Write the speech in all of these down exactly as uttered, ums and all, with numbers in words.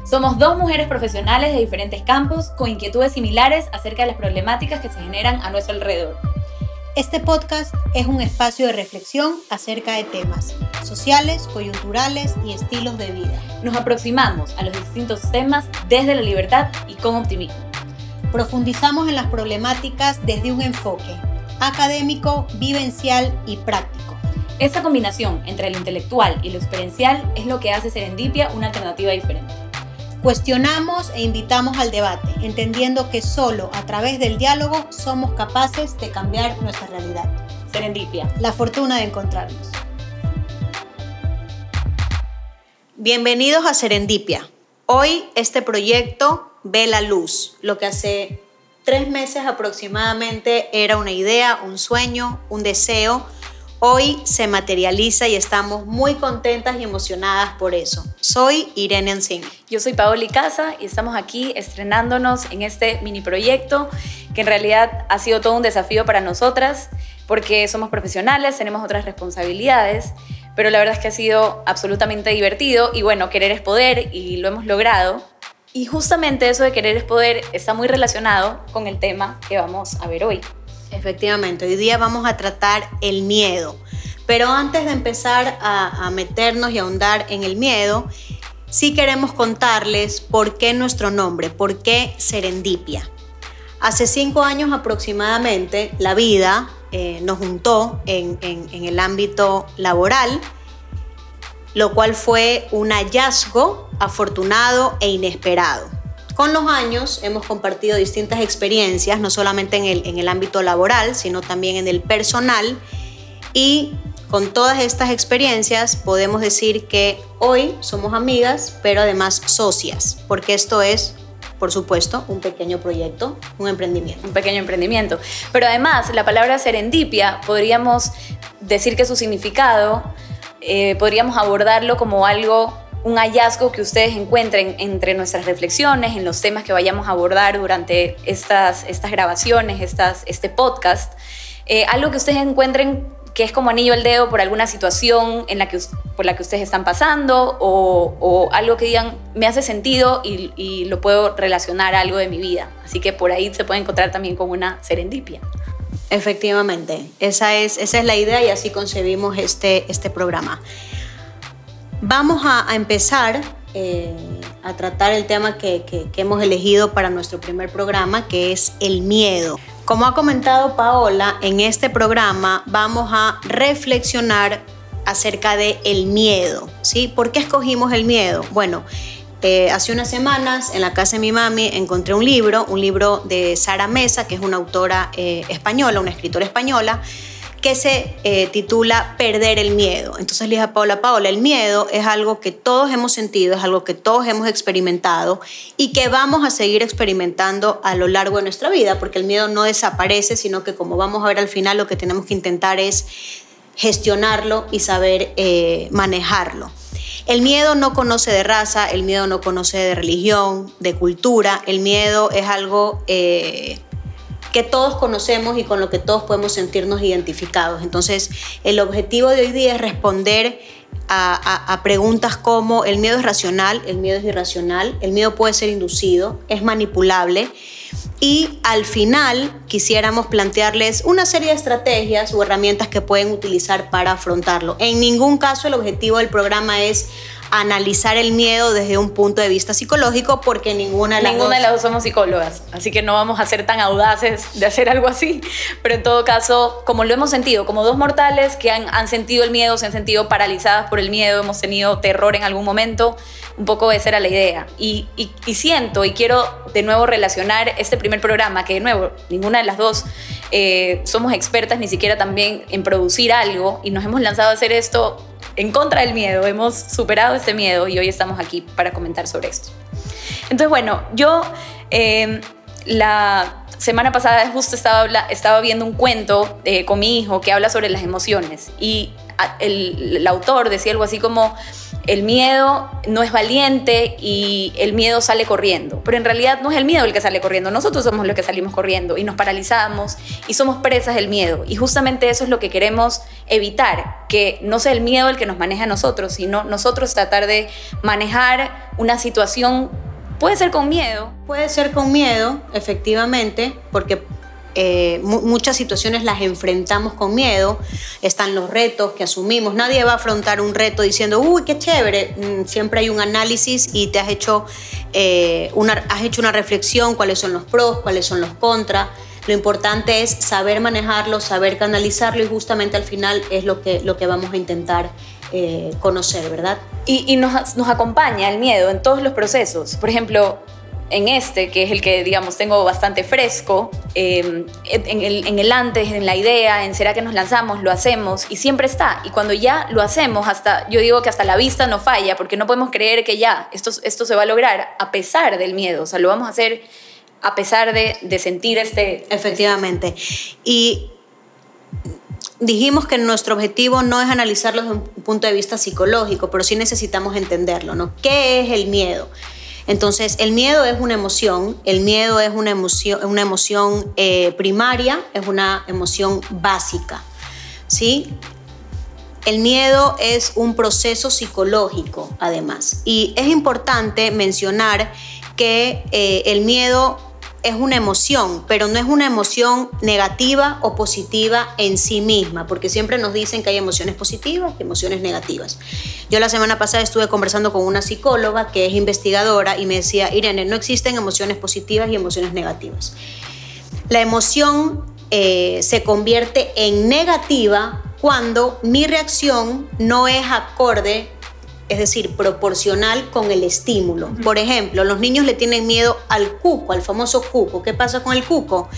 Somos dos mujeres profesionales de diferentes campos con inquietudes similares acerca de las problemáticas que se generan a nuestro alrededor. Este podcast es un espacio de reflexión acerca de temas sociales, coyunturales y estilos de vida. Nos aproximamos a los distintos temas desde la libertad y con optimismo. Profundizamos en las problemáticas desde un enfoque académico, vivencial y práctico. Esta combinación entre lo intelectual y lo experiencial es lo que hace Serendipia una alternativa diferente. Cuestionamos e invitamos al debate, entendiendo que solo a través del diálogo somos capaces de cambiar nuestra realidad. Serendipia. La fortuna de encontrarnos. Bienvenidos a Serendipia. Hoy este proyecto ve la luz, lo que hace tres meses aproximadamente era una idea, un sueño, un deseo. Hoy se materializa y estamos muy contentas y emocionadas por eso. Soy Irene Ancín. Yo soy Paola Casa y estamos aquí estrenándonos en este mini proyecto que en realidad ha sido todo un desafío para nosotras porque somos profesionales, tenemos otras responsabilidades, pero la verdad es que ha sido absolutamente divertido y bueno, querer es poder y lo hemos logrado. Y justamente eso de querer es poder está muy relacionado con el tema que vamos a ver hoy. Efectivamente, hoy día vamos a tratar el miedo, pero antes de empezar a, a meternos y ahondar en el miedo, sí queremos contarles por qué nuestro nombre, por qué Serendipia. Hace cinco años aproximadamente, la vida eh, nos juntó en, en, en el ámbito laboral, lo cual fue un hallazgo afortunado e inesperado. Con los años hemos compartido distintas experiencias, no solamente en el, en el ámbito laboral, sino también en el personal. Y con todas estas experiencias podemos decir que hoy somos amigas, pero además socias, porque esto es, por supuesto, un pequeño proyecto, un emprendimiento. Un pequeño emprendimiento. Pero además, la palabra serendipia, podríamos decir que su significado, eh, podríamos abordarlo como algo... un hallazgo que ustedes encuentren entre nuestras reflexiones, en los temas que vayamos a abordar durante estas, estas grabaciones, estas, este podcast. Eh, algo que ustedes encuentren que es como anillo al dedo por alguna situación en la que, por la que ustedes están pasando o, o algo que digan, me hace sentido y, y lo puedo relacionar a algo de mi vida. Así que por ahí se puede encontrar también como una serendipia. Efectivamente, esa es, esa es la idea y así concebimos este, este programa. Vamos a, a empezar eh, a tratar el tema que, que, que hemos elegido para nuestro primer programa, que es el miedo. Como ha comentado Paola, en este programa vamos a reflexionar acerca del miedo, ¿sí? ¿Por qué escogimos el miedo? Bueno, eh, hace unas semanas en la casa de mi mami encontré un libro, un libro de Sara Mesa, que es una autora eh, española, una escritora española, que se eh, titula Perder el miedo. Entonces le dije a Paola, Paola, el miedo es algo que todos hemos sentido, es algo que todos hemos experimentado y que vamos a seguir experimentando a lo largo de nuestra vida, porque el miedo no desaparece, sino que como vamos a ver al final, lo que tenemos que intentar es gestionarlo y saber eh, manejarlo. El miedo no conoce de raza, el miedo no conoce de religión, de cultura, el miedo es algo... Eh, que todos conocemos y con lo que todos podemos sentirnos identificados. Entonces, el objetivo de hoy día es responder a, a, a preguntas como el miedo es racional, el miedo es irracional, el miedo puede ser inducido, es manipulable y al final quisiéramos plantearles una serie de estrategias o herramientas que pueden utilizar para afrontarlo. En ningún caso el objetivo del programa es analizar el miedo desde un punto de vista psicológico porque ninguna de las Ninguna dos... de las dos somos psicólogas, así que no vamos a ser tan audaces de hacer algo así, pero en todo caso, como lo hemos sentido, como dos mortales que han, han sentido el miedo, se han sentido paralizadas por el miedo, hemos tenido terror en algún momento, un poco esa era la idea. Y, y, y siento y quiero de nuevo relacionar este primer programa, que de nuevo, ninguna de las dos eh, somos expertas ni siquiera también en producir algo y nos hemos lanzado a hacer esto en contra del miedo, hemos superado este miedo y hoy estamos aquí para comentar sobre esto. Entonces, bueno, yo eh, la semana pasada justo estaba, estaba viendo un cuento eh, con mi hijo que habla sobre las emociones y el, el autor decía algo así como el miedo no es valiente y el miedo sale corriendo. Pero en realidad no es el miedo el que sale corriendo, nosotros somos los que salimos corriendo y nos paralizamos y somos presas del miedo. Y justamente eso es lo que queremos evitar, que no sea el miedo el que nos maneja a nosotros, sino nosotros tratar de manejar una situación. Puede ser con miedo. Puede ser con miedo, efectivamente, porque Eh, mu- muchas situaciones las enfrentamos con miedo. Están los retos que asumimos. Nadie va a afrontar un reto diciendo, uy, qué chévere. Mm, siempre hay un análisis y te has hecho, eh, una, has hecho una reflexión, cuáles son los pros, cuáles son los contras. Lo importante es saber manejarlo, saber canalizarlo y justamente al final es lo que, lo que vamos a intentar eh, conocer, ¿verdad? Y, y nos, nos acompaña el miedo en todos los procesos. Por ejemplo, en este, que es el que, digamos, tengo bastante fresco, eh, en, el, en el antes, en la idea, en será que nos lanzamos, lo hacemos, y siempre está. Y cuando ya lo hacemos, hasta, yo digo que hasta la vista no falla, porque no podemos creer que ya, esto, esto se va a lograr a pesar del miedo. O sea, lo vamos a hacer a pesar de, de sentir este... Efectivamente. Y dijimos que nuestro objetivo no es analizarlo desde un punto de vista psicológico, pero sí necesitamos entenderlo, ¿no? ¿Qué es el miedo? Entonces, el miedo es una emoción, el miedo es una emoción, una emoción eh, primaria, es una emoción básica, ¿sí? El miedo es un proceso psicológico, además. Y es importante mencionar que eh, el miedo es una emoción, pero no es una emoción negativa o positiva en sí misma, porque siempre nos dicen que hay emociones positivas y emociones negativas. Yo la semana pasada estuve conversando con una psicóloga que es investigadora y me decía, Irene, no existen emociones positivas y emociones negativas. La emoción eh, se convierte en negativa cuando mi reacción no es acorde, es decir, proporcional con el estímulo. Uh-huh. Por ejemplo, los niños le tienen miedo al cuco, al famoso cuco. ¿Qué pasa con el cuco?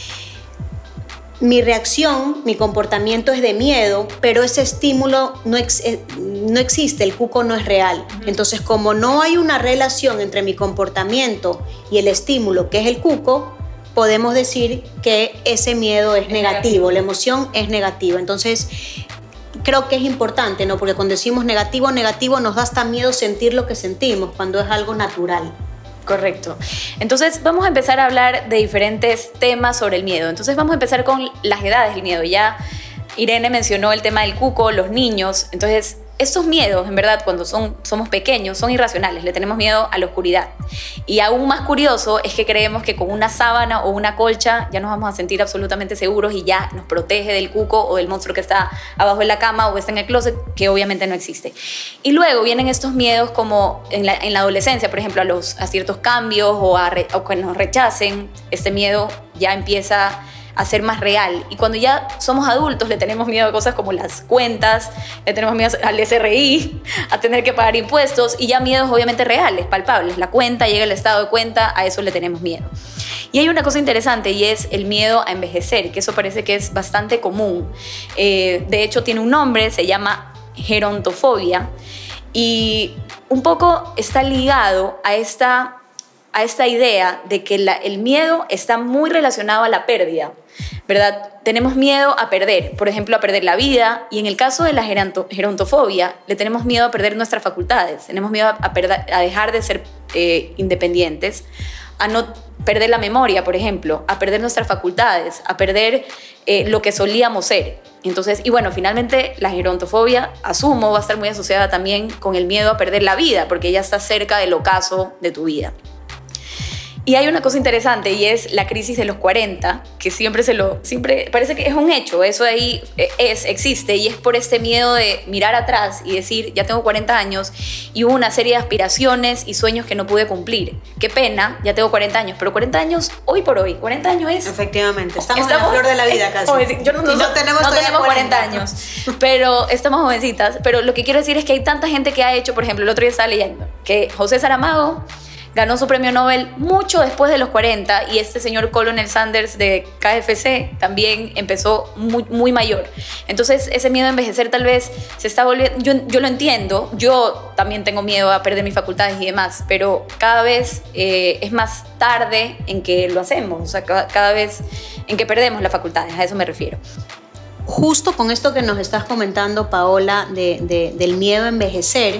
Mi reacción, mi comportamiento es de miedo, pero ese estímulo no, ex, no existe, el cuco no es real. Uh-huh. Entonces, como no hay una relación entre mi comportamiento y el estímulo, que es el cuco, podemos decir que ese miedo es, es negativo, negativo, la emoción es negativa. Entonces, creo que es importante, ¿no? Porque cuando decimos negativo, negativo nos da hasta miedo sentir lo que sentimos cuando es algo natural. Correcto. Entonces vamos a empezar a hablar de diferentes temas sobre el miedo. Entonces vamos a empezar con las edades del miedo. Ya Irene mencionó el tema del cuco, los niños. Entonces estos miedos, en verdad, cuando son, somos pequeños, son irracionales. Le tenemos miedo a la oscuridad. Y aún más curioso es que creemos que con una sábana o una colcha ya nos vamos a sentir absolutamente seguros y ya nos protege del cuco o del monstruo que está abajo de la cama o está en el closet, que obviamente no existe. Y luego vienen estos miedos como en la, en la adolescencia, por ejemplo, a, los, a ciertos cambios o a, re, o que nos rechacen. Este miedo ya empieza a ser más real. Y cuando ya somos adultos le tenemos miedo a cosas como las cuentas, le tenemos miedo al S R I, a tener que pagar impuestos y ya miedos obviamente reales, palpables. La cuenta, llega el estado de cuenta, a eso le tenemos miedo. Y hay una cosa interesante y es el miedo a envejecer, que eso parece que es bastante común. Eh, de hecho tiene un nombre, se llama gerontofobia y un poco está ligado a esta, a esta idea de que la, el miedo está muy relacionado a la pérdida, ¿verdad? Tenemos miedo a perder, por ejemplo, a perder la vida, y en el caso de la geronto, gerontofobia, le tenemos miedo a perder nuestras facultades, tenemos miedo a, a, perder, a dejar de ser eh, independientes, a no perder la memoria, por ejemplo, a perder nuestras facultades, a perder eh, lo que solíamos ser. Entonces, y bueno, finalmente la gerontofobia, asumo, va a estar muy asociada también con el miedo a perder la vida, porque ya está cerca del ocaso de tu vida. Y hay una cosa interesante y es la crisis de los cuarenta, que siempre se lo, siempre parece que es un hecho, eso de ahí es, existe, y es por este miedo de mirar atrás y decir, ya tengo cuarenta años y hubo una serie de aspiraciones y sueños que no pude cumplir. Qué pena, ya tengo cuarenta años, pero cuarenta años hoy por hoy, cuarenta años es... Efectivamente, estamos, estamos en la flor de la vida casi. Es, yo no, no, y no tenemos, no tenemos cuarenta años, pero estamos jovencitas, pero lo que quiero decir es que hay tanta gente que ha hecho, por ejemplo, el otro día estaba leyendo, que José Saramago ganó su premio Nobel mucho después de los cuarenta y este señor Colonel Sanders de K F C también empezó muy, muy mayor. Entonces ese miedo a envejecer tal vez se está volviendo, yo, yo lo entiendo, yo también tengo miedo a perder mis facultades y demás, pero cada vez eh, es más tarde en que lo hacemos, o sea, cada, cada vez en que perdemos las facultades, a eso me refiero. Justo con esto que nos estás comentando, Paola, de, de, del miedo a envejecer,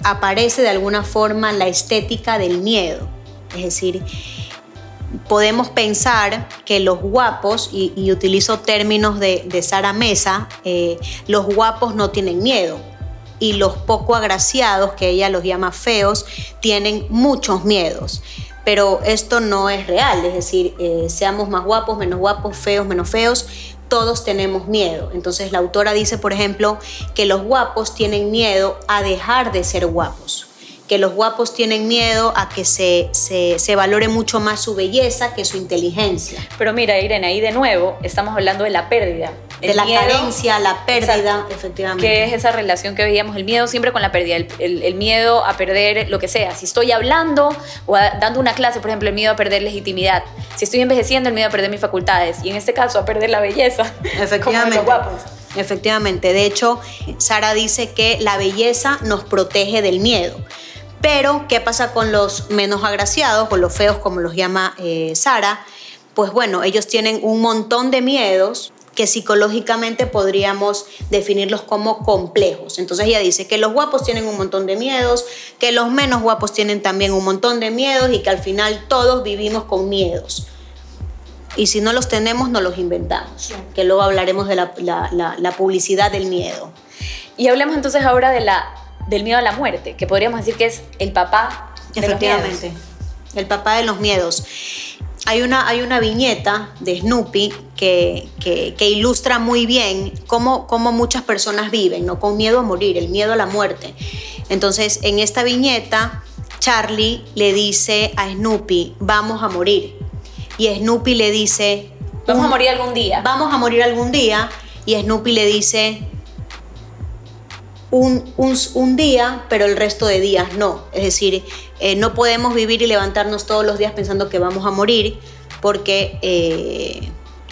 aparece de alguna forma la estética del miedo. Es decir, podemos pensar que los guapos, y, y utilizo términos de, de Sara Mesa, eh, los guapos no tienen miedo y los poco agraciados, que ella los llama feos, tienen muchos miedos. Pero esto no es real, es decir, eh, seamos más guapos, menos guapos, feos, menos feos, todos tenemos miedo. Entonces la autora dice, por ejemplo, que los guapos tienen miedo a dejar de ser guapos, que los guapos tienen miedo a que se, se, se valore mucho más su belleza que su inteligencia. Pero mira, Irene, ahí de nuevo estamos hablando de la pérdida. De la miedo, carencia, la pérdida, exacto, efectivamente. Que es esa relación que veíamos, el miedo siempre con la pérdida, el, el, el miedo a perder lo que sea. Si estoy hablando o a, dando una clase, por ejemplo, el miedo a perder legitimidad. Si estoy envejeciendo, el miedo a perder mis facultades. Y en este caso, a perder la belleza. Efectivamente. Como los guapos. Efectivamente. De hecho, Sara dice que la belleza nos protege del miedo. Pero, ¿qué pasa con los menos agraciados o los feos, como los llama eh, Sara? Pues bueno, ellos tienen un montón de miedos que psicológicamente podríamos definirlos como complejos. Entonces ella dice que los guapos tienen un montón de miedos, que los menos guapos tienen también un montón de miedos y que al final todos vivimos con miedos. Y si no los tenemos, no los inventamos. Que luego hablaremos de la, la, la, la publicidad del miedo. Y hablemos entonces ahora de la... del miedo a la muerte, que podríamos decir que es el papá de Efectivamente, los miedos. El papá de los miedos. Hay una, hay una viñeta de Snoopy que, que, que ilustra muy bien cómo, cómo muchas personas viven, ¿no? Con miedo a morir, el miedo a la muerte. Entonces, en esta viñeta, Charlie le dice a Snoopy, vamos a morir. Y Snoopy le dice... Vamos a morir algún día. Vamos a morir algún día. Y Snoopy le dice... Un, un, un día, pero el resto de días no. Es decir, eh, no podemos vivir y levantarnos todos los días pensando que vamos a morir, porque eh,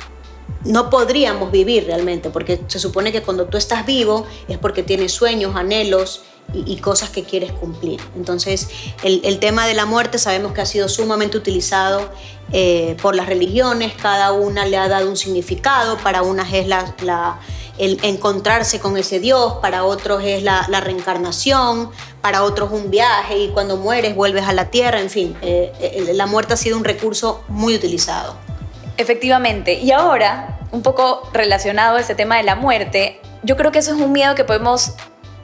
no podríamos vivir realmente, porque se supone que cuando tú estás vivo es porque tienes sueños, anhelos y, y cosas que quieres cumplir. Entonces, el, el tema de la muerte sabemos que ha sido sumamente utilizado eh, por las religiones, cada una le ha dado un significado, para unas es la... la el encontrarse con ese Dios, para otros es la, la reencarnación, para otros un viaje y cuando mueres vuelves a la tierra, en fin, eh, eh, la muerte ha sido un recurso muy utilizado. Efectivamente, y ahora, un poco relacionado a ese tema de la muerte, yo creo que eso es un miedo que podemos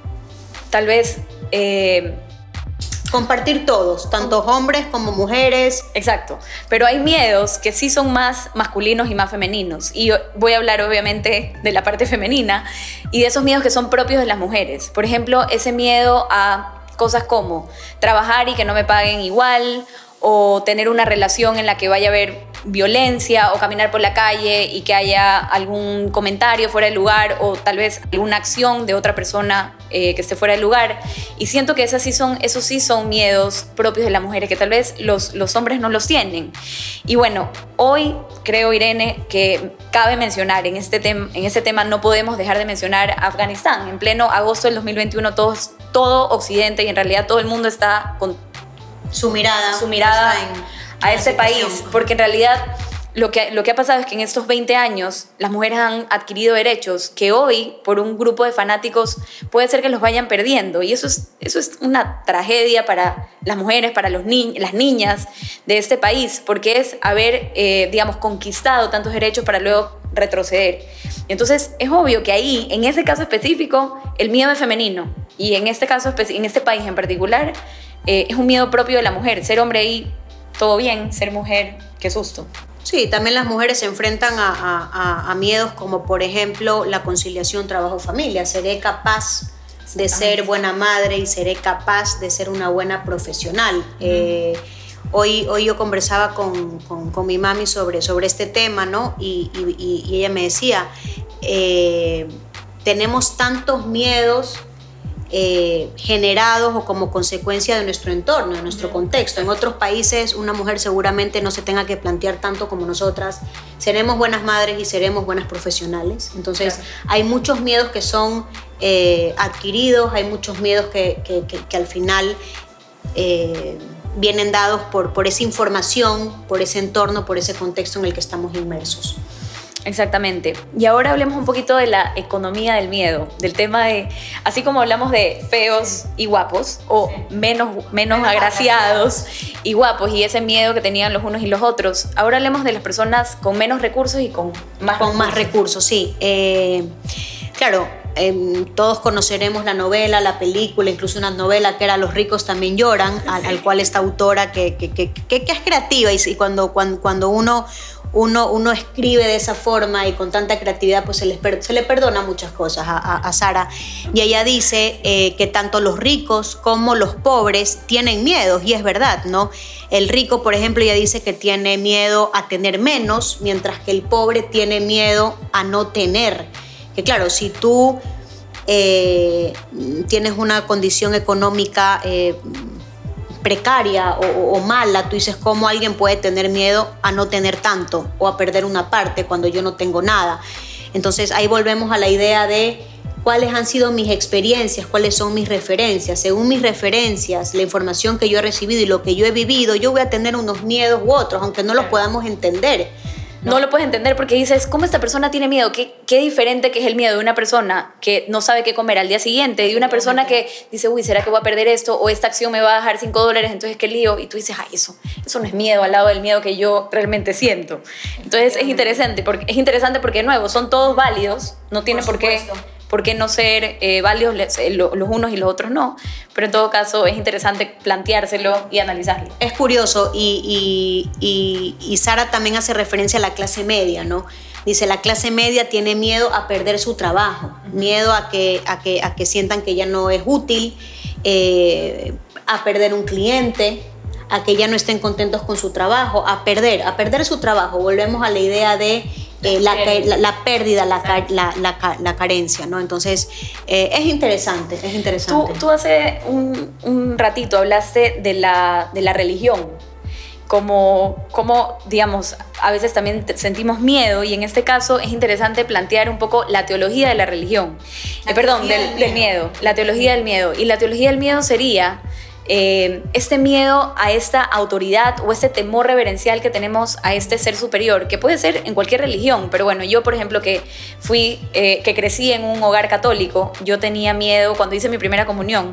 tal vez... Eh, compartir todos, tanto hombres como mujeres. Exacto, pero hay miedos que sí son más masculinos y más femeninos, y voy a hablar obviamente de la parte femenina y de esos miedos que son propios de las mujeres. Por ejemplo, ese miedo a cosas como trabajar y que no me paguen igual, o tener una relación en la que vaya a haber violencia, o caminar por la calle y que haya algún comentario fuera de lugar, o tal vez alguna acción de otra persona eh, que esté fuera de lugar. Y siento que esas sí son, esos sí son miedos propios de las mujeres, que tal vez los, los hombres no los tienen. Y bueno, hoy creo, Irene, que cabe mencionar en este, tem- en este tema, no podemos dejar de mencionar Afganistán. En pleno agosto del dos mil veintiuno, todos, todo Occidente y en realidad todo el mundo está con su mirada, su mirada en, a este país, porque en realidad lo que, lo que ha pasado es que en estos veinte años las mujeres han adquirido derechos que hoy, por un grupo de fanáticos, puede ser que los vayan perdiendo, y eso es, eso es una tragedia para las mujeres, para los ni- las niñas de este país, porque es haber, eh, digamos, conquistado tantos derechos para luego retroceder. Entonces es obvio que ahí, en ese caso específico, el miedo es femenino, y en este caso, en este país en particular, Eh, es un miedo propio de la mujer. Ser hombre ahí, todo bien. Ser mujer, qué susto. Sí, también las mujeres se enfrentan a, a, a miedos como, por ejemplo, la conciliación trabajo-familia. ¿Seré capaz de ser buena madre y seré capaz de ser una buena profesional? Mm. Eh, hoy, hoy yo conversaba con, con, con mi mami sobre, sobre este tema, ¿no? Y, y, y ella me decía, eh, tenemos tantos miedos Eh, generados o como consecuencia de nuestro entorno, de nuestro contexto. En otros países una mujer seguramente no se tenga que plantear tanto como nosotras. Seremos buenas madres y seremos buenas profesionales. Entonces, claro, hay muchos miedos que son eh, adquiridos, hay muchos miedos que, que, que, que al final eh, vienen dados por, por esa información, por ese entorno, por ese contexto en el que estamos inmersos. Exactamente. Y ahora hablemos un poquito de la economía del miedo, del tema de, así como hablamos de feos y guapos, o menos, menos, menos agraciados y guapos, y ese miedo que tenían los unos y los otros, ahora hablemos de las personas con menos recursos y con más con recursos. más recursos, sí. Eh, claro, eh, todos conoceremos la novela, la película, incluso una novela que era Los ricos también lloran, al, al cual esta autora que, que, que, que, que es creativa, y, y cuando, cuando, cuando uno... Uno, uno escribe de esa forma y con tanta creatividad, pues se, les per, se le perdona muchas cosas a, a, a Sara. Y ella dice eh, que tanto los ricos como los pobres tienen miedos, y es verdad, ¿no? El rico, por ejemplo, ella dice que tiene miedo a tener menos, mientras que el pobre tiene miedo a no tener. Que claro, si tú eh, tienes una condición económica eh, precaria o, o mala, tú dices, ¿cómo alguien puede tener miedo a no tener tanto o a perder una parte cuando yo no tengo nada? Entonces ahí volvemos a la idea de cuáles han sido mis experiencias, cuáles son mis referencias. Según mis referencias, la información que yo he recibido y lo que yo he vivido, yo voy a tener unos miedos u otros, aunque no los podamos entender. No. no lo puedes entender porque dices, ¿cómo esta persona tiene miedo? ¿Qué, qué diferente que es el miedo de una persona que no sabe qué comer al día siguiente, de una persona que dice, uy, ¿será que voy a perder esto? O esta acción me va a dejar cinco dólares, entonces qué lío. Y tú dices, ay, eso, eso no es miedo al lado del miedo que yo realmente siento. Entonces es interesante porque, es interesante porque de nuevo, son todos válidos, no tiene por, por qué... ¿Por qué no ser eh, válidos los unos y los otros no? Pero en todo caso es interesante planteárselo y analizarlo. Es curioso y, y, y, y Sara también hace referencia a la clase media, ¿no? Dice, la clase media tiene miedo a perder su trabajo, miedo a que, a que, a que sientan que ya no es útil, eh, a perder un cliente, a que ya no estén contentos con su trabajo, a perder, a perder su trabajo. Volvemos a la idea de Eh, la, la, la pérdida, la, la, la, la carencia, ¿no? Entonces, eh, es interesante, es interesante. Tú, tú hace un, un ratito hablaste de la, de la religión, como, como, digamos, a veces también sentimos miedo, y en este caso es interesante plantear un poco la teología de la religión, eh, perdón, del, del, miedo. del miedo, la teología del miedo. Y la teología del miedo sería... Eh, este miedo a esta autoridad o este temor reverencial que tenemos a este ser superior, que puede ser en cualquier religión, pero bueno, yo por ejemplo que fui, eh, que crecí en un hogar católico, yo tenía miedo cuando hice mi primera comunión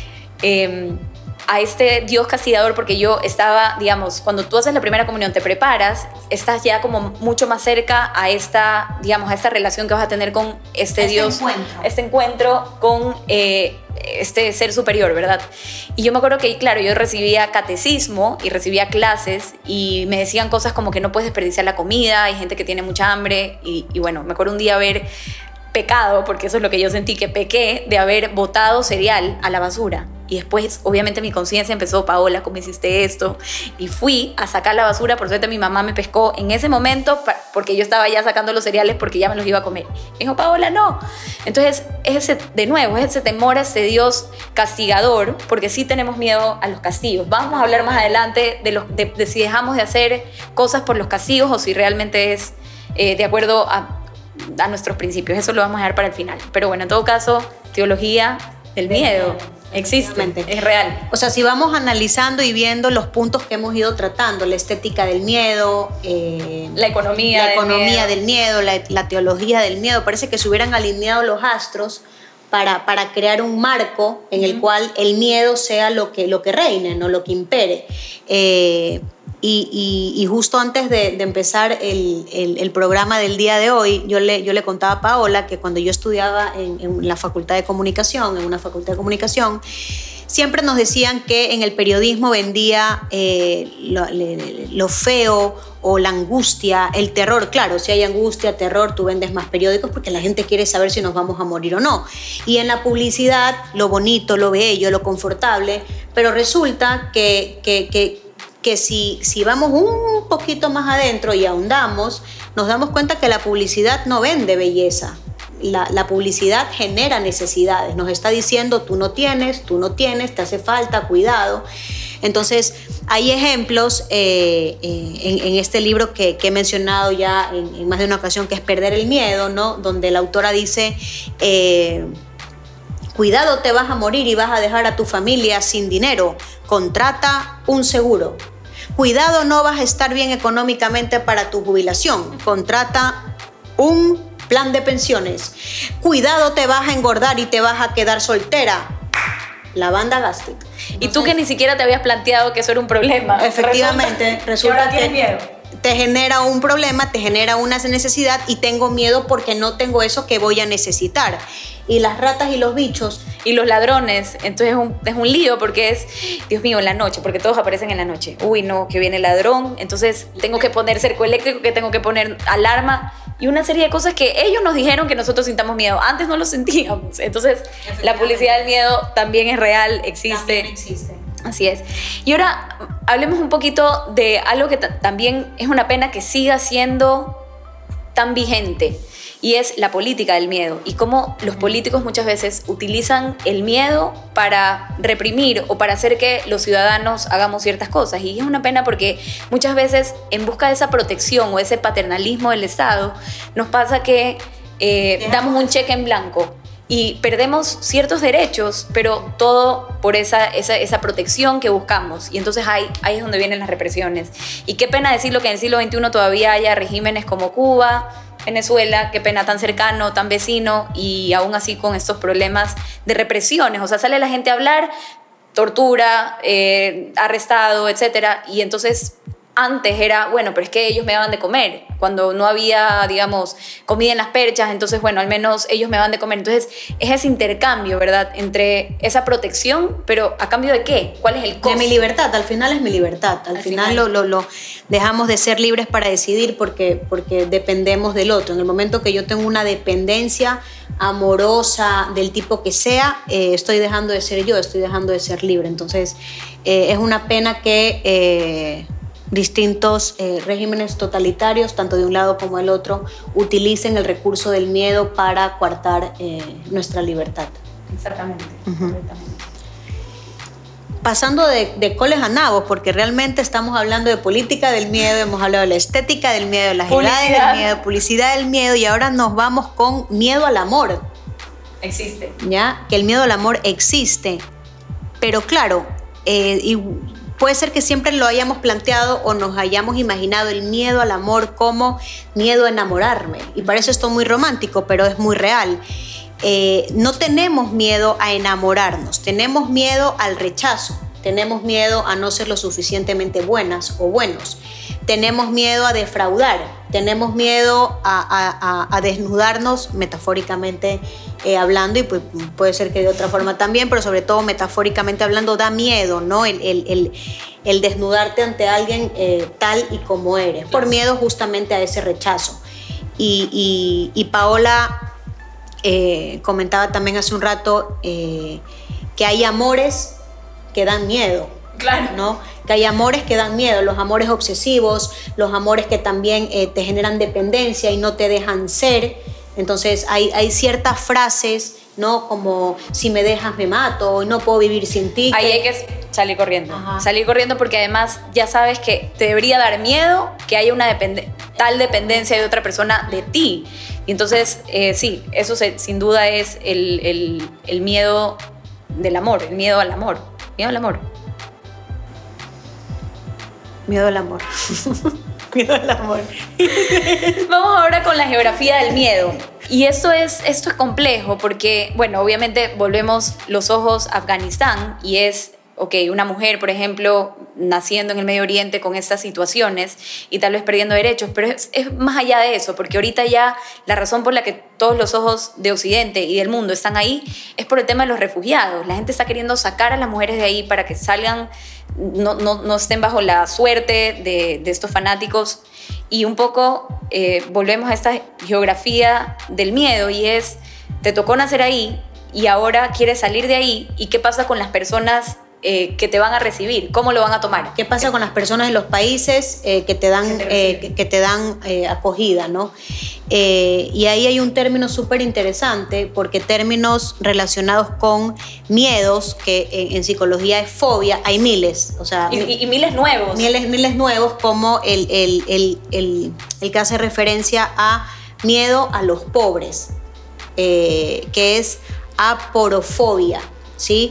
eh, a este Dios castigador, porque yo estaba, digamos, cuando tú haces la primera comunión, te preparas, estás ya como mucho más cerca a esta, digamos, a esta relación que vas a tener con este, este Dios, encuentro. este encuentro con eh, este ser superior, ¿verdad? Y yo me acuerdo que, claro, yo recibía catecismo y recibía clases y me decían cosas como que no puedes desperdiciar la comida, hay gente que tiene mucha hambre, y, y bueno, me acuerdo un día haber pecado, porque eso es lo que yo sentí, que pequé de haber botado cereal a la basura. Y después, obviamente, mi conciencia empezó, Paola, ¿cómo hiciste esto? Y fui a sacar la basura. Por suerte, mi mamá me pescó en ese momento porque yo estaba ya sacando los cereales porque ya me los iba a comer. Me dijo, Paola, no. Entonces, es ese, de nuevo, es ese temor a ese Dios castigador, porque sí tenemos miedo a los castigos. Vamos a hablar más adelante de, los, de, de si dejamos de hacer cosas por los castigos o si realmente es eh, de acuerdo a, a nuestros principios. Eso lo vamos a dejar para el final. Pero bueno, en todo caso, teología del miedo. Existe, es real. O sea, si vamos analizando y viendo los puntos que hemos ido tratando, la estética del miedo, eh, la economía, la del, economía miedo. del miedo, la, la teología del miedo, parece que se hubieran alineado los astros para, para crear un marco en uh-huh. el cual el miedo sea lo que, lo que reine, no lo que impere. Eh, Y, y, y justo antes de, de empezar el, el, el programa del día de hoy, yo le, yo le contaba a Paola que cuando yo estudiaba en, en la Facultad de Comunicación, en una Facultad de Comunicación, siempre nos decían que en el periodismo vendía eh, lo, le, lo feo o la angustia, el terror. Claro, si hay angustia, terror, tú vendes más periódicos porque la gente quiere saber si nos vamos a morir o no. Y en la publicidad, lo bonito, lo bello, lo confortable, pero resulta que... que, que que si, si vamos un poquito más adentro y ahondamos, nos damos cuenta que la publicidad no vende belleza. La, la publicidad genera necesidades. Nos está diciendo, tú no tienes, tú no tienes, te hace falta, cuidado. Entonces, hay ejemplos eh, eh, en, en este libro que, que he mencionado ya en, en más de una ocasión, que es Perder el Miedo, ¿no? Donde la autora dice... Eh, cuidado, te vas a morir y vas a dejar a tu familia sin dinero. Contrata un seguro. Cuidado, no vas a estar bien económicamente para tu jubilación. Contrata un plan de pensiones. Cuidado, te vas a engordar y te vas a quedar soltera. La banda gástrica. Entonces, y tú que ni siquiera te habías planteado que eso era un problema. Efectivamente, resulta, resulta que miedo. Te genera un problema, te genera una necesidad y tengo miedo porque no tengo eso que voy a necesitar. Y las ratas y los bichos. Y los ladrones. Entonces es un, es un lío porque es, Dios mío, en la noche, porque todos aparecen en la noche. Uy, no, que viene el ladrón. Entonces tengo que poner cerco eléctrico, que tengo que poner alarma y una serie de cosas que ellos nos dijeron que nosotros sintamos miedo. Antes no lo sentíamos. Entonces la publicidad del miedo también es real, existe. También existe. Así es. Y ahora hablemos un poquito de algo que t- también es una pena que siga siendo tan vigente, y es la política del miedo y cómo los políticos muchas veces utilizan el miedo para reprimir o para hacer que los ciudadanos hagamos ciertas cosas. Y es una pena porque muchas veces en busca de esa protección o ese paternalismo del Estado nos pasa que eh, damos un cheque en blanco y perdemos ciertos derechos, pero todo por esa, esa, esa protección que buscamos. Y entonces ahí, ahí es donde vienen las represiones. Y qué pena decirlo que en el siglo veintiuno todavía haya regímenes como Cuba, Venezuela, qué pena, tan cercano, tan vecino, y aún así con estos problemas de represiones. O sea, sale la gente a hablar, tortura, eh, arrestado, etcétera. Y entonces antes era, bueno, pero es que ellos me daban de comer. Cuando no había, digamos, comida en las perchas, entonces, bueno, al menos ellos me daban de comer. Entonces, es ese intercambio, ¿verdad? Entre esa protección, pero ¿a cambio de qué? ¿Cuál es el costo? De mi libertad, al final es mi libertad. Al, al final, final. Lo, lo, lo dejamos de ser libres para decidir porque, porque dependemos del otro. En el momento que yo tengo una dependencia amorosa del tipo que sea, eh, estoy dejando de ser yo, estoy dejando de ser libre. Entonces, eh, es una pena que... Eh, distintos eh, regímenes totalitarios, tanto de un lado como del otro, utilicen el recurso del miedo para coartar eh, nuestra libertad. Exactamente. Uh-huh. Pasando de, de coles a nabos, porque realmente estamos hablando de política del miedo, hemos hablado de la estética del miedo, de las edades del miedo, publicidad del miedo, y ahora nos vamos con miedo al amor. Existe. ¿Ya? Que el miedo al amor existe. Pero claro, eh, y puede ser que siempre lo hayamos planteado o nos hayamos imaginado el miedo al amor como miedo a enamorarme. Y parece esto muy romántico, pero es muy real. Eh, no tenemos miedo a enamorarnos, tenemos miedo al rechazo, tenemos miedo a no ser lo suficientemente buenas o buenos, tenemos miedo a defraudar, tenemos miedo a, a, a desnudarnos metafóricamente eh, hablando, y pues puede ser que de otra forma también, pero sobre todo metafóricamente hablando da miedo, ¿no? El, el, el, el desnudarte ante alguien eh, tal y como eres, por miedo justamente a ese rechazo. Y, y, y Paola eh, comentaba también hace un rato eh, que hay amores que dan miedo. Claro. ¿No? Que hay amores que dan miedo, los amores obsesivos, los amores que también eh, te generan dependencia y no te dejan ser. Entonces hay, hay ciertas frases, ¿no? Como si me dejas me mato, no puedo vivir sin ti. Ahí hay que salir corriendo. Ajá. Salir corriendo porque además ya sabes que te debería dar miedo que haya una depende- tal dependencia de otra persona de ti. Y entonces, eh, sí, eso se, sin duda es el, el, el miedo del amor, el miedo al amor. Miedo al amor. Miedo al amor. Miedo al amor. Vamos ahora con la geografía del miedo. Y esto es, esto es complejo porque, bueno, obviamente volvemos los ojos a Afganistán y es, ok, una mujer, por ejemplo, naciendo en el Medio Oriente con estas situaciones y tal vez perdiendo derechos, pero es, es más allá de eso, porque ahorita ya la razón por la que todos los ojos de Occidente y del mundo están ahí es por el tema de los refugiados. La gente está queriendo sacar a las mujeres de ahí para que salgan, no, no, no estén bajo la suerte de, de estos fanáticos. Y un poco eh, volvemos a esta geografía del miedo y es, te tocó nacer ahí y ahora quieres salir de ahí, ¿y qué pasa con las personas Eh, que te van a recibir? ¿Cómo lo van a tomar? ¿Qué pasa con las personas de los países eh, que te dan, que te eh, que, que te dan eh, acogida, ¿no? Eh, y ahí hay un término súper interesante, porque términos relacionados con miedos, que en, en psicología es fobia, hay miles. O sea, y, y, y miles nuevos. Miles, miles nuevos, como el, el, el, el, el que hace referencia a miedo a los pobres, eh, que es aporofobia, ¿sí?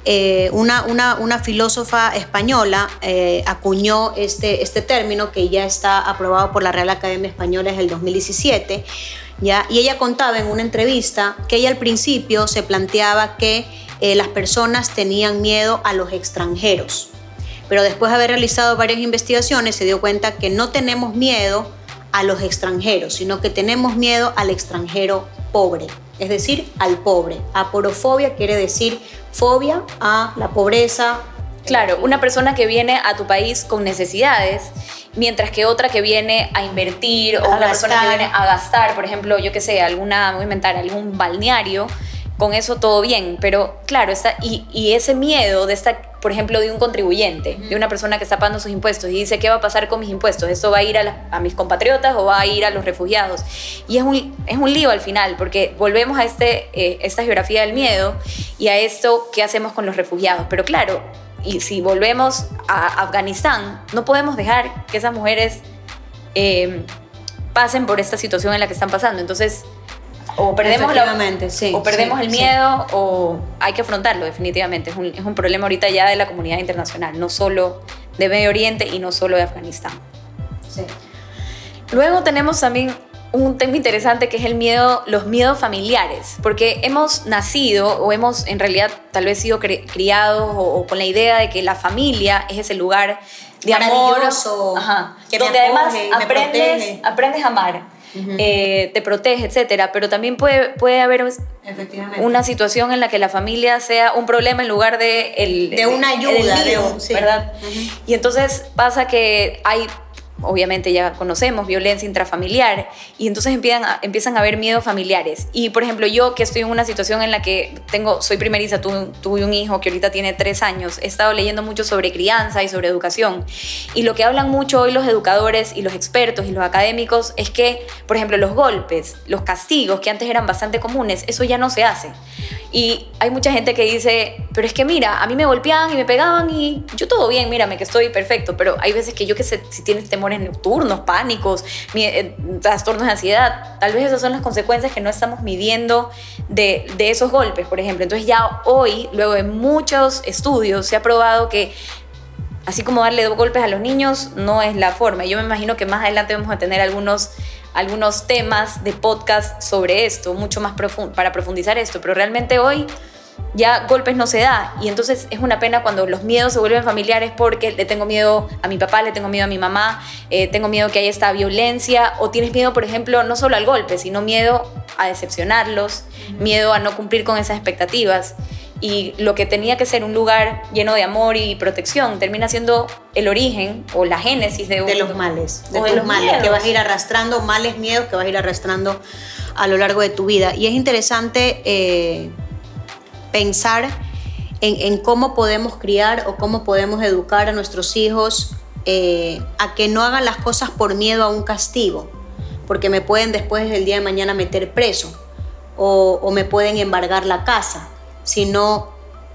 eh, una, una, una filósofa española eh, acuñó este, este término que ya está aprobado por la Real Academia Española desde el dos mil diecisiete, ¿ya? Y ella contaba en una entrevista que ella al principio se planteaba que eh, las personas tenían miedo a los extranjeros, pero después de haber realizado varias investigaciones se dio cuenta que no tenemos miedo a los extranjeros, sino que tenemos miedo al extranjero pobre, es decir, al pobre. Aporofobia quiere decir fobia a la pobreza. Claro, una persona que viene a tu país con necesidades, mientras que otra que viene a invertir, o a una gastar. persona que viene a gastar, por ejemplo, yo qué sé, alguna, voy a inventar, algún balneario, con eso todo bien, pero claro, está, y, y ese miedo de esta, por ejemplo, de un contribuyente, uh-huh. de una persona que está pagando sus impuestos y dice, ¿qué va a pasar con mis impuestos? ¿Esto va a ir a, la, a mis compatriotas o va a ir a los refugiados? Y es un, es un lío al final, porque volvemos a este, eh, esta geografía del miedo y a esto, ¿qué hacemos con los refugiados? Pero claro, y si volvemos a Afganistán, no podemos dejar que esas mujeres eh, pasen por esta situación en la que están pasando. Entonces, o perdemos, la, sí, o perdemos sí, el sí. miedo o hay que afrontarlo definitivamente. Es un, es un problema ahorita ya de la comunidad internacional, no solo de Medio Oriente y no solo de Afganistán. Sí. Luego tenemos también un tema interesante que es el miedo, los miedos familiares, porque hemos nacido o hemos en realidad tal vez sido cri- criados o, o con la idea de que la familia es ese lugar de amor, ajá, que donde me además acoge, me aprendes, protege. aprendes a amar. Uh-huh. Eh, te protege, etcétera, pero también puede, puede haber una situación en la que la familia sea un problema en lugar de el, de una ayuda, el lío, de un, sí. ¿verdad? Uh-huh. Y entonces pasa que hay, obviamente ya conocemos, violencia intrafamiliar y entonces empiezan a, empiezan a haber miedos familiares. Y por ejemplo, yo que estoy en una situación en la que tengo, soy primeriza, tuve, tuve un hijo que ahorita tiene tres años, he estado leyendo mucho sobre crianza y sobre educación. Y lo que hablan mucho hoy los educadores y los expertos y los académicos es que, por ejemplo, los golpes, los castigos que antes eran bastante comunes, eso ya no se hace. Y hay mucha gente que dice, pero es que mira, a mí me golpeaban y me pegaban y yo todo bien, mírame que estoy perfecto, pero hay veces que yo que sé, si tienes temores nocturnos, pánicos, eh, trastornos de ansiedad, tal vez esas son las consecuencias que no estamos midiendo de, de esos golpes, por ejemplo. Entonces ya hoy, luego de muchos estudios, se ha probado que así como darle golpes a los niños no es la forma. Yo me imagino que más adelante vamos a tener algunos algunos temas de podcast sobre esto, mucho más profund- para profundizar esto, pero realmente hoy ya golpes no se da y entonces es una pena cuando los miedos se vuelven familiares porque le tengo miedo a mi papá, le tengo miedo a mi mamá, eh, tengo miedo que haya esta violencia o tienes miedo, por ejemplo, no solo al golpe, sino miedo a decepcionarlos, uh-huh. miedo a no cumplir con esas expectativas. Y lo que tenía que ser un lugar lleno de amor y protección termina siendo el origen o la génesis de, un, de los males, de o tus de los males miedos. que vas a ir arrastrando, males, miedos que vas a ir arrastrando a lo largo de tu vida. Y es interesante eh, pensar en, en cómo podemos criar o cómo podemos educar a nuestros hijos eh, a que no hagan las cosas por miedo a un castigo, porque me pueden después del día de mañana meter preso o, o me pueden embargar la casa, sino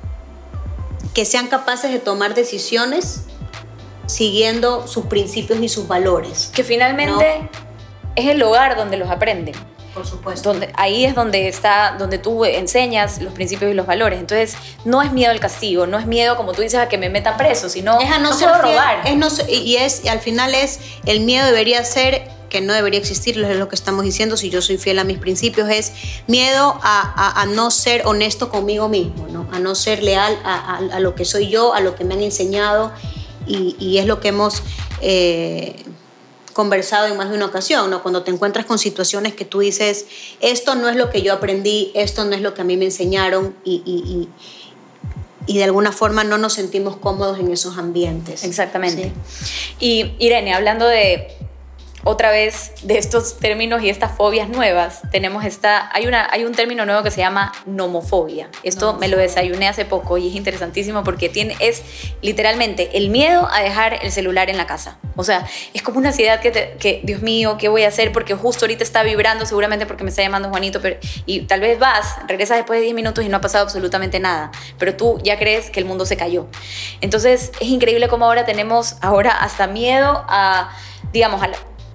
que sean capaces de tomar decisiones siguiendo sus principios y sus valores. Que finalmente ¿no? es el hogar donde los aprenden. Por supuesto. Donde, ahí es donde está, donde tú enseñas los principios y los valores. Entonces, no es miedo al castigo, no es miedo, como tú dices, a que me metan preso, sino es a no, no ser puedo fiel, robar. Es no, y, es, y al final es, el miedo debería ser, que no debería existir, es lo que estamos diciendo, si yo soy fiel a mis principios, es miedo a, a, a no ser honesto conmigo mismo, ¿no? A no ser leal a, a, a lo que soy yo, a lo que me han enseñado, y, y es lo que hemos eh, conversado en más de una ocasión, ¿no? Cuando te encuentras con situaciones que tú dices, esto no es lo que yo aprendí, esto no es lo que a mí me enseñaron, y, y, y, y de alguna forma no nos sentimos cómodos en esos ambientes. Exactamente. Sí. Y Irene, hablando de otra vez de estos términos y estas fobias nuevas, tenemos esta, hay, una, hay un término nuevo que se llama nomofobia. Esto nomofobia. Me lo desayuné hace poco y es interesantísimo porque tiene, es literalmente el miedo a dejar el celular en la casa. O sea, es como una ansiedad que, te, que Dios mío, ¿qué voy a hacer? Porque justo ahorita está vibrando, seguramente porque me está llamando Juanito, pero, y tal vez vas, regresas después de diez minutos y no ha pasado absolutamente nada, pero tú ya crees que el mundo se cayó. Entonces, es increíble cómo ahora tenemos ahora hasta miedo a, digamos, a la,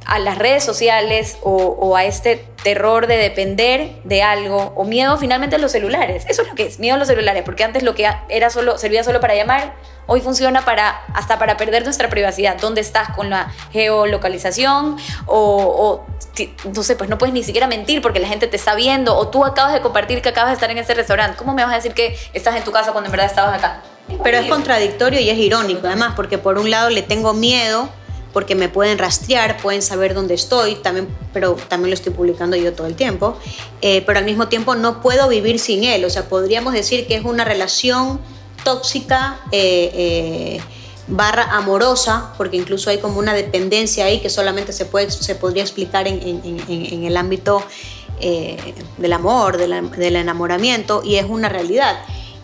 a las redes sociales o, o a este terror de depender de algo, o miedo finalmente a los celulares. Eso es lo que es, miedo a los celulares, porque antes lo que era solo, servía solo para llamar, hoy funciona para, hasta para perder nuestra privacidad. ¿Dónde estás con la geolocalización? O, o entonces pues no puedes ni siquiera mentir porque la gente te está viendo, o tú acabas de compartir que acabas de estar en este restaurante. ¿Cómo me vas a decir que estás en tu casa cuando en verdad estabas acá? Pero es contradictorio y es irónico, además, porque por un lado le tengo miedo porque me pueden rastrear, pueden saber dónde estoy, también, pero también lo estoy publicando yo todo el tiempo, eh, pero al mismo tiempo no puedo vivir sin él. O sea, podríamos decir que es una relación tóxica, eh, eh, barra amorosa, porque incluso hay como una dependencia ahí que solamente se, puede, se podría explicar en, en, en, en el ámbito eh, del amor, de la, del enamoramiento, y es una realidad.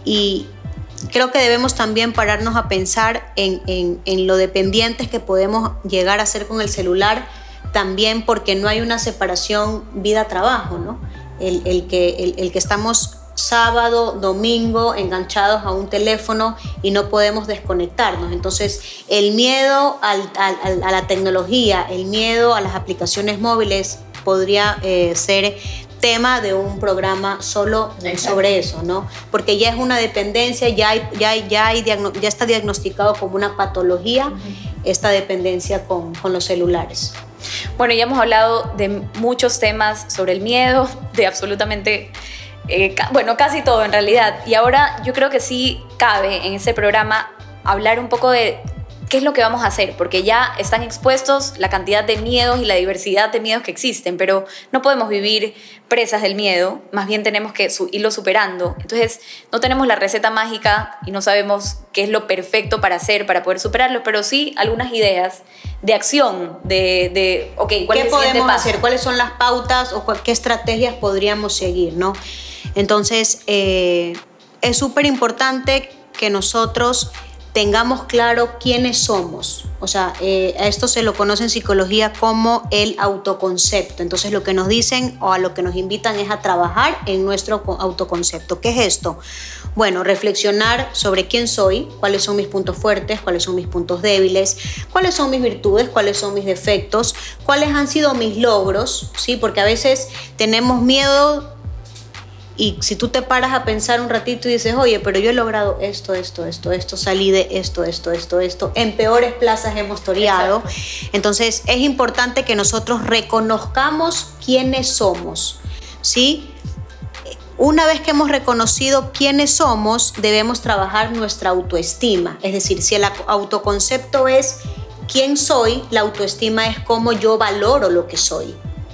Y creo que debemos también pararnos a pensar en, en, en lo dependientes que podemos llegar a ser con el celular, también porque no hay una separación vida-trabajo, ¿no? El, el, que, el, el que estamos sábado, domingo, enganchados a un teléfono y no podemos desconectarnos. Entonces, el miedo al, al, a la tecnología, el miedo a las aplicaciones móviles podría eh, ser tema de un programa solo Exacto. sobre eso, ¿no? Porque ya es una dependencia, ya, hay, ya, hay, ya, hay, ya está diagnosticado como una patología uh-huh. esta dependencia con, con los celulares. Bueno, ya hemos hablado de muchos temas sobre el miedo, de absolutamente, eh, ca- bueno, casi todo en realidad. Y ahora yo creo que sí cabe en este programa hablar un poco de qué es lo que vamos a hacer, porque ya están expuestos la cantidad de miedos y la diversidad de miedos que existen, pero no podemos vivir presas del miedo, más bien tenemos que su- irlo superando. Entonces, no tenemos la receta mágica y no sabemos qué es lo perfecto para hacer, para poder superarlo, pero sí algunas ideas de acción, de, de ok, ¿cuál es el siguiente podemos paso? hacer? ¿Cuáles son las pautas o qué estrategias podríamos seguir, ¿no? Entonces, eh, es súper importante que nosotros tengamos claro quiénes somos. O sea, eh, a esto se lo conoce en psicología como el autoconcepto. Entonces, lo que nos dicen o a lo que nos invitan es a trabajar en nuestro autoconcepto. ¿Qué es esto? Bueno, reflexionar sobre quién soy, cuáles son mis puntos fuertes, cuáles son mis puntos débiles, cuáles son mis virtudes, cuáles son mis defectos, cuáles han sido mis logros, ¿sí? Porque a veces tenemos miedo. Y si tú te paras a pensar un ratito y dices, oye, pero yo he logrado esto, esto, esto, esto, salí de esto, esto, esto, esto, en peores plazas hemos toreado. Exacto. Entonces es importante que nosotros reconozcamos quiénes somos, ¿sí? Una vez que hemos reconocido quiénes somos, debemos trabajar nuestra autoestima. Es decir, si el autoconcepto es quién soy, la autoestima es cómo yo valoro lo que soy,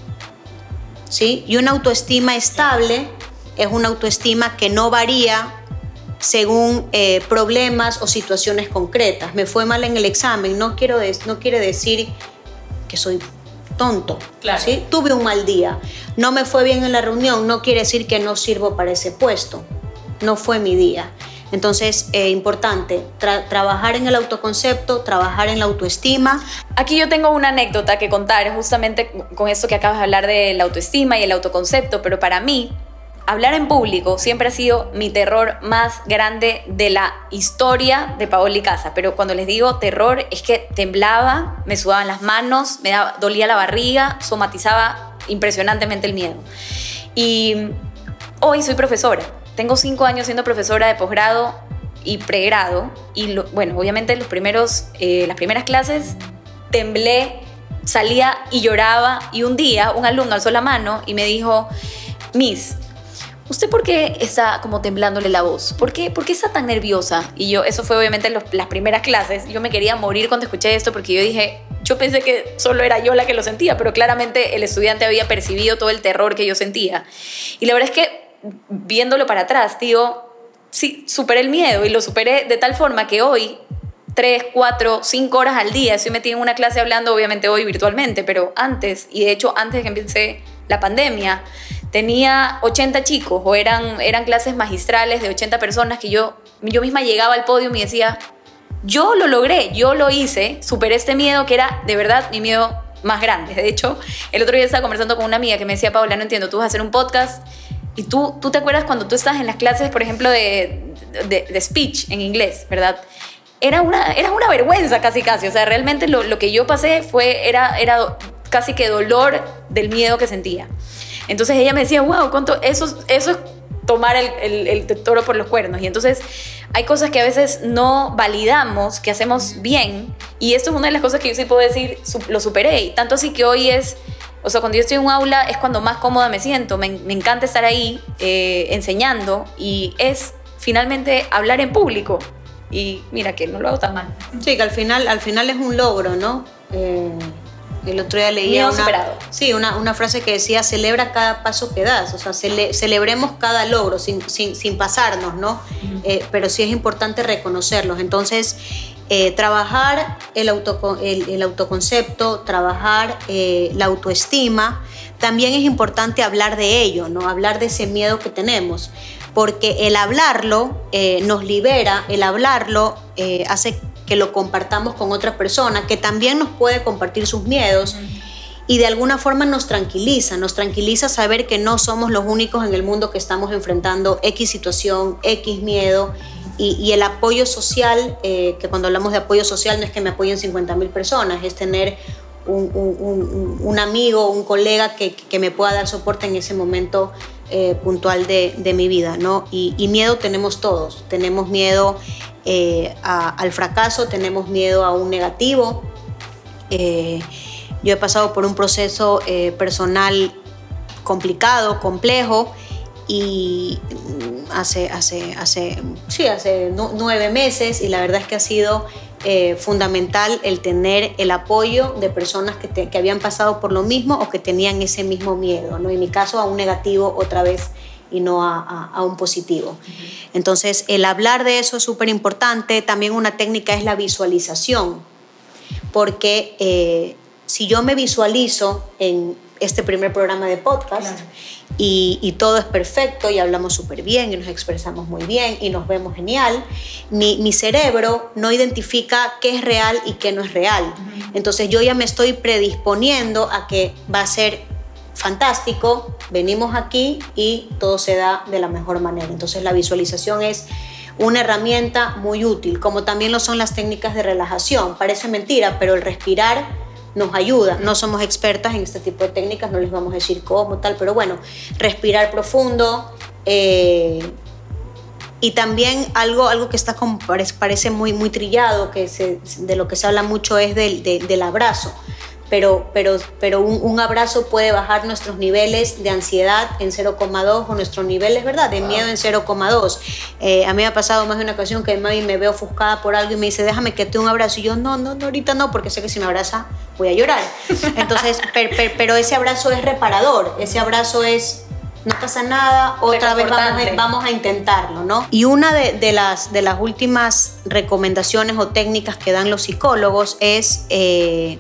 ¿sí? Y una autoestima estable es una autoestima que no varía según eh, problemas o situaciones concretas. Me fue mal en el examen, no, quiero de, no quiere decir que soy tonto, claro. ¿sí? Tuve un mal día. No me fue bien en la reunión, no quiere decir que no sirvo para ese puesto. No fue mi día. Entonces, eh, importante, tra- trabajar en el autoconcepto, trabajar en la autoestima. Aquí yo tengo una anécdota que contar justamente con esto que acabas de hablar de la autoestima y el autoconcepto, pero para mí, hablar en público siempre ha sido mi terror más grande de la historia de Paola y Casa. Pero cuando les digo terror, es que temblaba, me sudaban las manos, me daba, dolía la barriga, somatizaba impresionantemente el miedo. Y hoy soy profesora. Tengo cinco años siendo profesora de posgrado y pregrado. Y lo, bueno, obviamente los primeros, eh, las primeras clases temblé, salía y lloraba. Y un día un alumno alzó la mano y me dijo, Miss, ¿usted por qué está como temblándole la voz? ¿Por qué, ¿Por qué está tan nerviosa? Y yo, eso fue obviamente los, las primeras clases. Yo me quería morir cuando escuché esto porque yo dije, yo pensé que solo era yo la que lo sentía, pero claramente el estudiante había percibido todo el terror que yo sentía. Y la verdad es que viéndolo para atrás, digo, sí, superé el miedo y lo superé de tal forma que hoy, tres, cuatro, cinco horas al día, estoy metida en una clase hablando, obviamente hoy virtualmente, pero antes, y de hecho antes de que empiece la pandemia, tenía ochenta chicos o eran, eran clases magistrales de ochenta personas que yo, yo misma llegaba al podio y decía, yo lo logré, yo lo hice, superé este miedo que era de verdad mi miedo más grande. De hecho, el otro día estaba conversando con una amiga que me decía, Paola, no entiendo, tú vas a hacer un podcast y tú, tú te acuerdas cuando tú estás en las clases, por ejemplo, de, de, de speech en inglés, ¿verdad? Era una, era una vergüenza casi casi, o sea, realmente lo, lo que yo pasé fue, era, era casi que dolor del miedo que sentía. Entonces ella me decía, wow, ¿cuánto? Eso, eso es tomar el, el, el toro por los cuernos. Y entonces hay cosas que a veces no validamos, que hacemos bien, y esto es una de las cosas que yo sí puedo decir, lo superé. Y tanto así que hoy es, o sea, cuando yo estoy en un aula es cuando más cómoda me siento, me, me encanta estar ahí eh, enseñando, y es finalmente hablar en público. Y mira que no lo hago tan mal. Sí, que al final, al final es un logro, ¿no? Eh... El otro día leía una, sí, una, una frase que decía, celebra cada paso que das, o sea, cele, celebremos cada logro sin, sin, sin pasarnos, ¿no? Uh-huh. Eh, pero sí es importante reconocerlos. Entonces, eh, trabajar el, auto, el, el autoconcepto, trabajar eh, la autoestima, también es importante hablar de ello, ¿no? Hablar de ese miedo que tenemos, porque el hablarlo eh, nos libera, el hablarlo eh, hace que lo compartamos con otra persona que también nos puede compartir sus miedos, uh-huh. y de alguna forma nos tranquiliza, nos tranquiliza saber que no somos los únicos en el mundo que estamos enfrentando X situación, X miedo, y, y el apoyo social, eh, que cuando hablamos de apoyo social no es que me apoyen cincuenta mil personas, es tener un, un, un, un amigo, un colega que, que me pueda dar soporte en ese momento eh, puntual de, de mi vida, ¿no? Y, y miedo tenemos todos, tenemos miedo Eh, a, al fracaso, tenemos miedo a un negativo. Eh, yo he pasado por un proceso eh, personal complicado, complejo, y hace, hace, hace, sí, hace nueve meses, y la verdad es que ha sido eh, fundamental el tener el apoyo de personas que, te, que habían pasado por lo mismo o que tenían ese mismo miedo, ¿no? En mi caso, a un negativo otra vez, y no a, a, a un positivo. Uh-huh. Entonces, el hablar de eso es súper importante. También una técnica es la visualización, porque eh, si yo me visualizo en este primer programa de podcast, claro. y, y todo es perfecto y hablamos súper bien y nos expresamos muy bien y nos vemos genial, mi, mi cerebro no identifica qué es real y qué no es real. Uh-huh. Entonces, yo ya me estoy predisponiendo a que va a ser fantástico, venimos aquí y todo se da de la mejor manera. Entonces la visualización es una herramienta muy útil, como también lo son las técnicas de relajación. Parece mentira, pero el respirar nos ayuda. No somos expertas en este tipo de técnicas, no les vamos a decir cómo, tal, pero bueno, respirar profundo. Eh, y también algo, algo que está como, parece muy, muy trillado, que se, de lo que se habla mucho es del, de, del abrazo. Pero, pero, pero un, un abrazo puede bajar nuestros niveles de ansiedad en cero coma dos o nuestros niveles, ¿verdad?, de miedo en cero coma dos. Eh, a mí me ha pasado más de una ocasión que mami me veo ofuscada por algo y me dice, déjame que te dé un abrazo. Y yo, no, no, no, ahorita no, porque sé que si me abraza voy a llorar. Entonces, per, per, pero ese abrazo es reparador, ese abrazo es, no pasa nada, otra vez vamos a, vamos a intentarlo, ¿no? Y una de, de, las, de las últimas recomendaciones o técnicas que dan los psicólogos es Eh,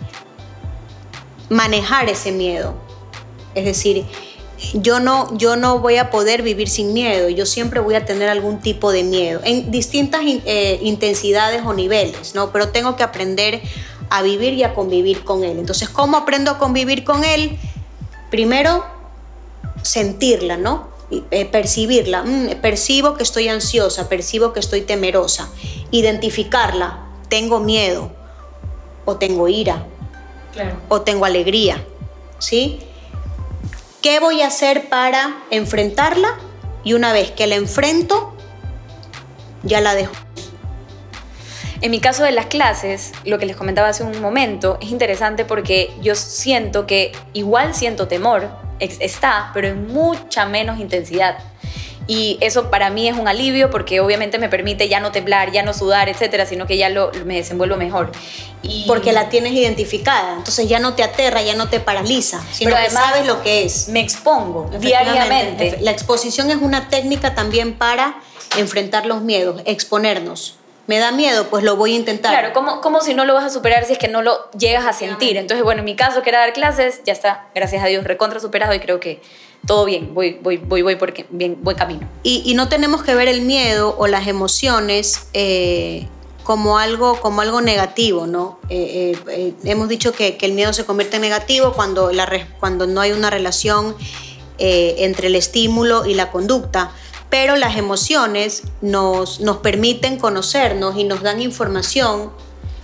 manejar ese miedo. Es decir, yo no, yo no voy a poder vivir sin miedo, yo siempre voy a tener algún tipo de miedo, en distintas eh, intensidades o niveles, ¿no? Pero tengo que aprender a vivir y a convivir con él. Entonces, ¿cómo aprendo a convivir con él? Primero, sentirla, ¿no? Eh, percibirla. Mm, percibo que estoy ansiosa, percibo que estoy temerosa. Identificarla. Tengo miedo o tengo ira. Claro. O tengo alegría, ¿sí? ¿Qué voy a hacer para enfrentarla? Y una vez que la enfrento, ya la dejo. En mi caso de las clases, lo que les comentaba hace un momento, es interesante porque yo siento que igual siento temor, está, pero en mucha menos intensidad. Y eso para mí es un alivio porque obviamente me permite ya no temblar, ya no sudar, etcétera, sino que ya lo, me desenvuelvo mejor. Y porque la tienes identificada, entonces ya no te aterra, ya no te paraliza, sino pero que sabes lo que es. Me expongo diariamente. La exposición es una técnica también para enfrentar los miedos, exponernos. Me da miedo, pues lo voy a intentar. Claro, como, como si no lo vas a superar si es que no lo llegas a sentir. Entonces, bueno, en mi caso, que era dar clases, ya está, gracias a Dios, recontra superado y creo que todo bien, voy, voy, voy, voy por bien, buen camino. Y, y no tenemos que ver el miedo o las emociones eh, como, algo, como algo negativo, ¿no? Eh, eh, eh, hemos dicho que, que el miedo se convierte en negativo cuando, la, cuando no hay una relación eh, entre el estímulo y la conducta. Pero las emociones nos, nos permiten conocernos y nos dan información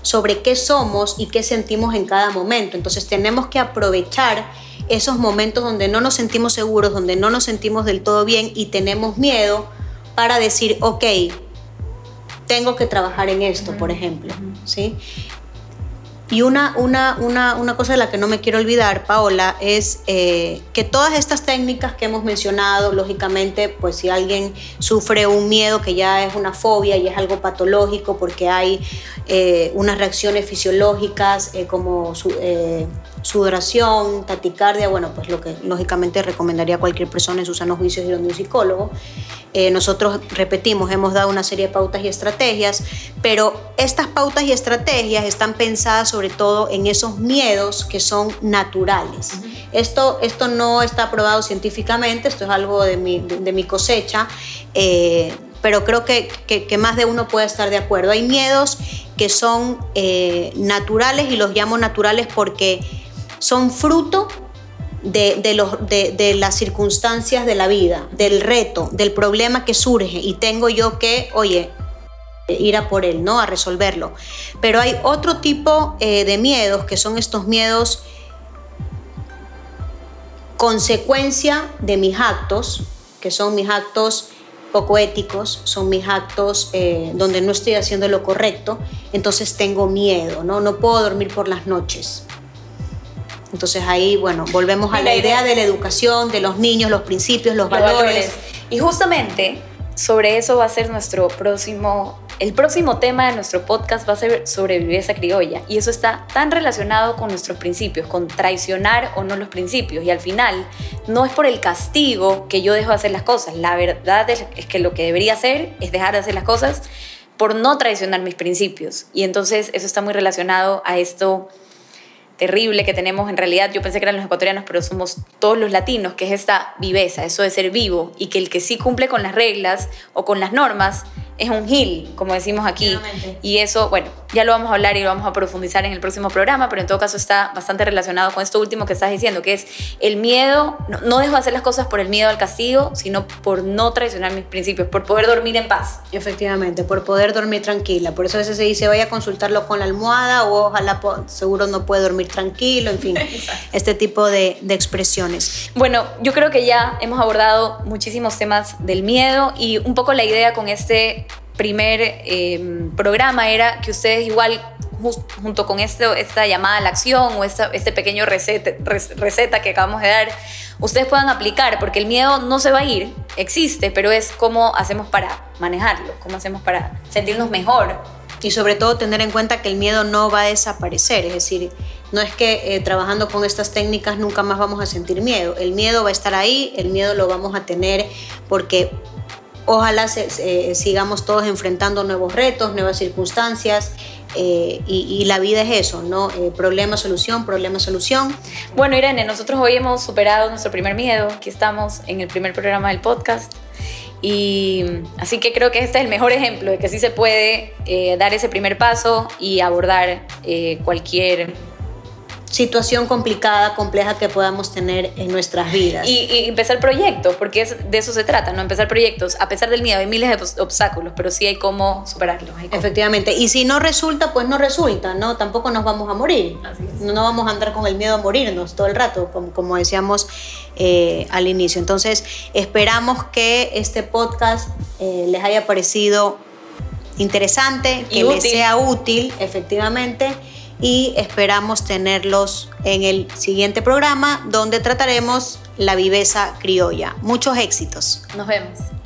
sobre qué somos y qué sentimos en cada momento. Entonces tenemos que aprovechar esos momentos donde no nos sentimos seguros, donde no nos sentimos del todo bien y tenemos miedo para decir, ok, tengo que trabajar en esto, uh-huh. por ejemplo, uh-huh. ¿sí? Y una, una, una, una cosa de la que no me quiero olvidar, Paola, es eh, que todas estas técnicas que hemos mencionado, lógicamente, pues si alguien sufre un miedo que ya es una fobia y es algo patológico porque hay eh, unas reacciones fisiológicas eh, como su, eh, sudoración, taticardia, bueno, pues lo que lógicamente recomendaría a cualquier persona en su sano juicio es ir a un psicólogo. Eh, nosotros, repetimos, hemos dado una serie de pautas y estrategias, pero estas pautas y estrategias están pensadas sobre todo en esos miedos que son naturales. Uh-huh. Esto, esto no está probado científicamente, esto es algo de mi, de, de mi cosecha, eh, pero creo que, que, que más de uno puede estar de acuerdo. Hay miedos que son eh, naturales y los llamo naturales porque son fruto De, de, los, de, de las circunstancias de la vida, del reto, del problema que surge y tengo yo que, oye, ir a por él, ¿no? A resolverlo. Pero hay otro tipo eh, de miedos que son estos miedos consecuencia de mis actos, que son mis actos poco éticos, son mis actos eh, donde no estoy haciendo lo correcto, entonces tengo miedo, ¿no? No puedo dormir por las noches. Entonces ahí, bueno, volvemos a la idea de la educación, de los niños, los principios, los, los valores. valores. Y justamente sobre eso va a ser nuestro próximo, el próximo tema de nuestro podcast va a ser sobre viveza criolla. Y eso está tan relacionado con nuestros principios, con traicionar o no los principios. Y al final, no es por el castigo que yo dejo de hacer las cosas. La verdad es, es que lo que debería hacer es dejar de hacer las cosas por no traicionar mis principios. Y entonces eso está muy relacionado a esto terrible que tenemos. En realidad yo pensé que eran los ecuatorianos, pero somos todos los latinos, que es esta viveza, eso de ser vivo, y que el que sí cumple con las reglas o con las normas es un gil, como decimos aquí. Y eso, bueno, ya lo vamos a hablar y lo vamos a profundizar en el próximo programa, pero en todo caso está bastante relacionado con esto último que estás diciendo, que es el miedo. No, no dejo de hacer las cosas por el miedo al castigo, sino por no traicionar mis principios, por poder dormir en paz. Efectivamente, por poder dormir tranquila. Por eso a veces se dice, vaya a consultarlo con la almohada, o ojalá seguro no puede dormir tranquilo, en fin, este tipo de, de expresiones. Bueno, yo creo que ya hemos abordado muchísimos temas del miedo, y un poco la idea con este primer eh, programa era que ustedes igual, just, junto con esto, esta llamada a la acción o esta, este pequeño receta, receta que acabamos de dar, ustedes puedan aplicar, porque el miedo no se va a ir, existe, pero es cómo hacemos para manejarlo, cómo hacemos para sentirnos mejor. Y sobre todo tener en cuenta que el miedo no va a desaparecer, es decir, no es que eh, trabajando con estas técnicas nunca más vamos a sentir miedo. El miedo va a estar ahí, el miedo lo vamos a tener porque ojalá se, se, sigamos todos enfrentando nuevos retos, nuevas circunstancias, eh, y, y la vida es eso, ¿no? Eh, problema, solución, problema, solución. Bueno, Irene, nosotros hoy hemos superado nuestro primer miedo. Aquí estamos en el primer programa del podcast. Y así que creo que este es el mejor ejemplo de que sí se puede eh, dar ese primer paso y abordar eh, cualquier situación complicada, compleja que podamos tener en nuestras vidas. Y, y empezar proyectos, porque es, de eso se trata, ¿no? Empezar proyectos. A pesar del miedo, hay miles de obstáculos, pero sí hay cómo superarlos. Hay cómo. Efectivamente. Y si no resulta, pues no resulta, ¿no? Tampoco nos vamos a morir. Así es. No vamos a andar con el miedo a morirnos todo el rato, como, como decíamos eh, al inicio. Entonces, esperamos que este podcast eh, les haya parecido interesante, que les sea útil, efectivamente. Y esperamos tenerlos en el siguiente programa, donde trataremos la viveza criolla. Muchos éxitos. Nos vemos.